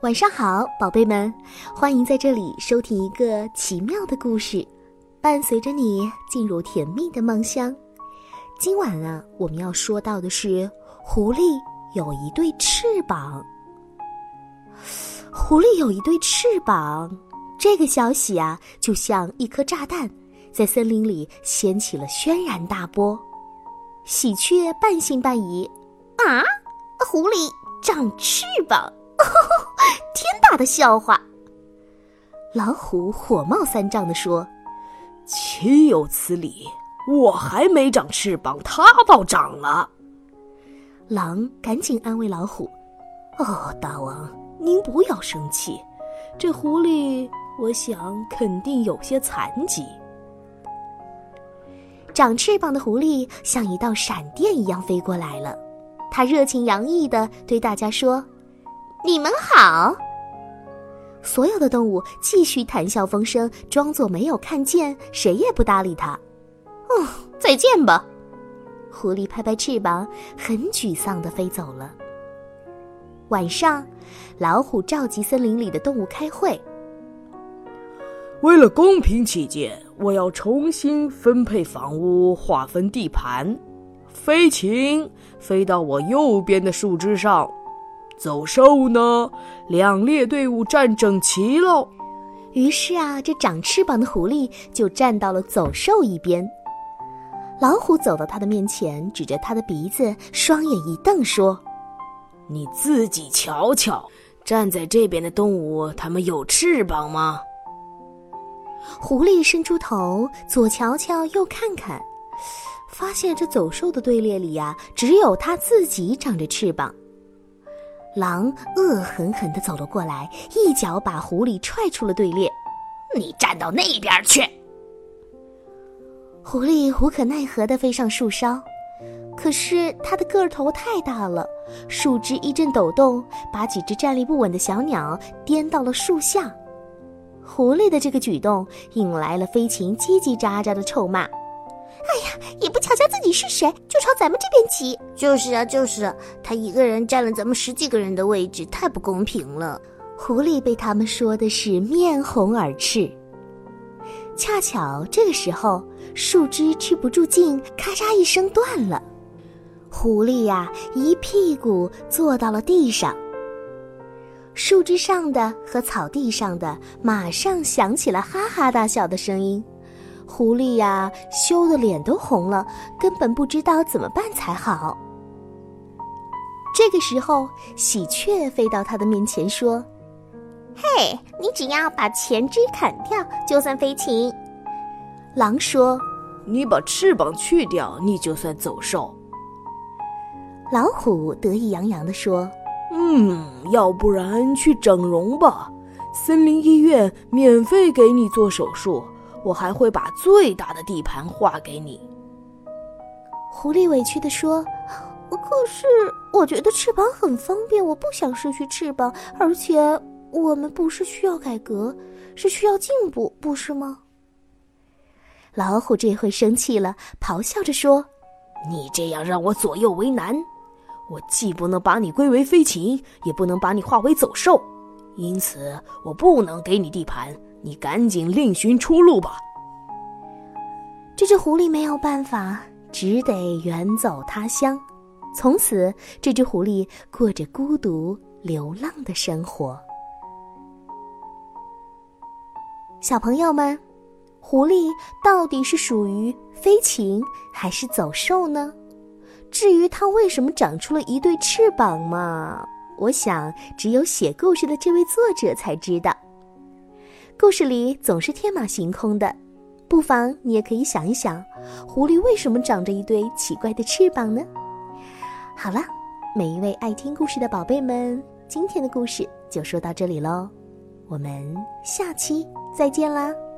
晚上好，宝贝们，欢迎在这里收听一个奇妙的故事，伴随着你进入甜蜜的梦乡。今晚啊，我们要说到的是狐狸有一对翅膀。狐狸有一对翅膀，这个消息啊，就像一颗炸弹，在森林里掀起了轩然大波。喜鹊半信半疑，啊，狐狸长翅膀，天大的笑话。老虎火冒三丈地说， 岂有此理，我还没长翅膀，它倒长了。 狼赶紧安慰老虎， 大王，您不要生气，这狐狸我想肯定有些残疾。 长翅膀的狐狸像一道闪电一样飞过来了，它热情洋溢地对大家说，你们好。所有的动物继续谈笑风生，装作没有看见，谁也不搭理它。再见吧。狐狸拍拍翅膀，很沮丧地飞走了。晚上，老虎召集森林里的动物开会。 为了公平起见，我要重新分配房屋，划分地盘。飞禽飞到我右边的树枝上，走兽呢，两列队伍站整齐喽。 于是啊，这长翅膀的狐狸就站到了走兽一边。老虎走到他的面前，指着他的鼻子，双眼一瞪说， 你自己瞧瞧，站在这边的动物，它们有翅膀吗？ 狐狸伸出头，左瞧瞧右看看，发现这走兽的队列里啊，只有他自己长着翅膀。狼恶狠狠地走了过来，一脚把狐狸踹出了队列。你站到那边去！狐狸无可奈何地飞上树梢，可是它的个头太大了，树枝一阵抖动，把几只站立不稳的小鸟颠到了树下。狐狸的这个举动引来了飞禽叽叽喳喳的臭骂。哎呀，也不瞧瞧自己是谁，就朝咱们这边挤。就是啊，他一个人占了咱们10几个人的位置，太不公平了。狐狸被他们说的是面红耳赤。恰巧这个时候，树枝吃不住劲，咔嚓一声断了。狐狸呀，一屁股坐到了地上。树枝上的和草地上的马上响起了哈哈大笑的声音。狐狸呀，羞得脸都红了，根本不知道怎么办才好。这个时候，喜鹊飞到他的面前说，嘿，你只要把前肢砍掉，就算飞禽。狼说， 你把翅膀去掉，你就算走兽。 老虎得意洋洋地说， 要不然去整容吧，森林医院免费给你做手术，我还会把最大的地盘划给你。 狐狸委屈地说，可是我觉得翅膀很方便，我不想失去翅膀，而且我们不是需要改革，是需要进步，不是吗？老虎这回生气了，咆哮着说， 你这样让我左右为难，我既不能把你归为飞禽，也不能把你化为走兽，因此我不能给你地盘，你赶紧另寻出路吧。 这只狐狸没有办法，只得远走他乡。从此，这只狐狸过着孤独流浪的生活。小朋友们，狐狸到底是属于飞禽还是走兽呢？至于它为什么长出了一对翅膀嘛，我想只有写故事的这位作者才知道。故事里总是天马行空的，不妨你也可以想一想，狐狸为什么长着一对奇怪的翅膀呢？好了，每一位爱听故事的宝贝们，今天的故事就说到这里咯，我们下期再见啦。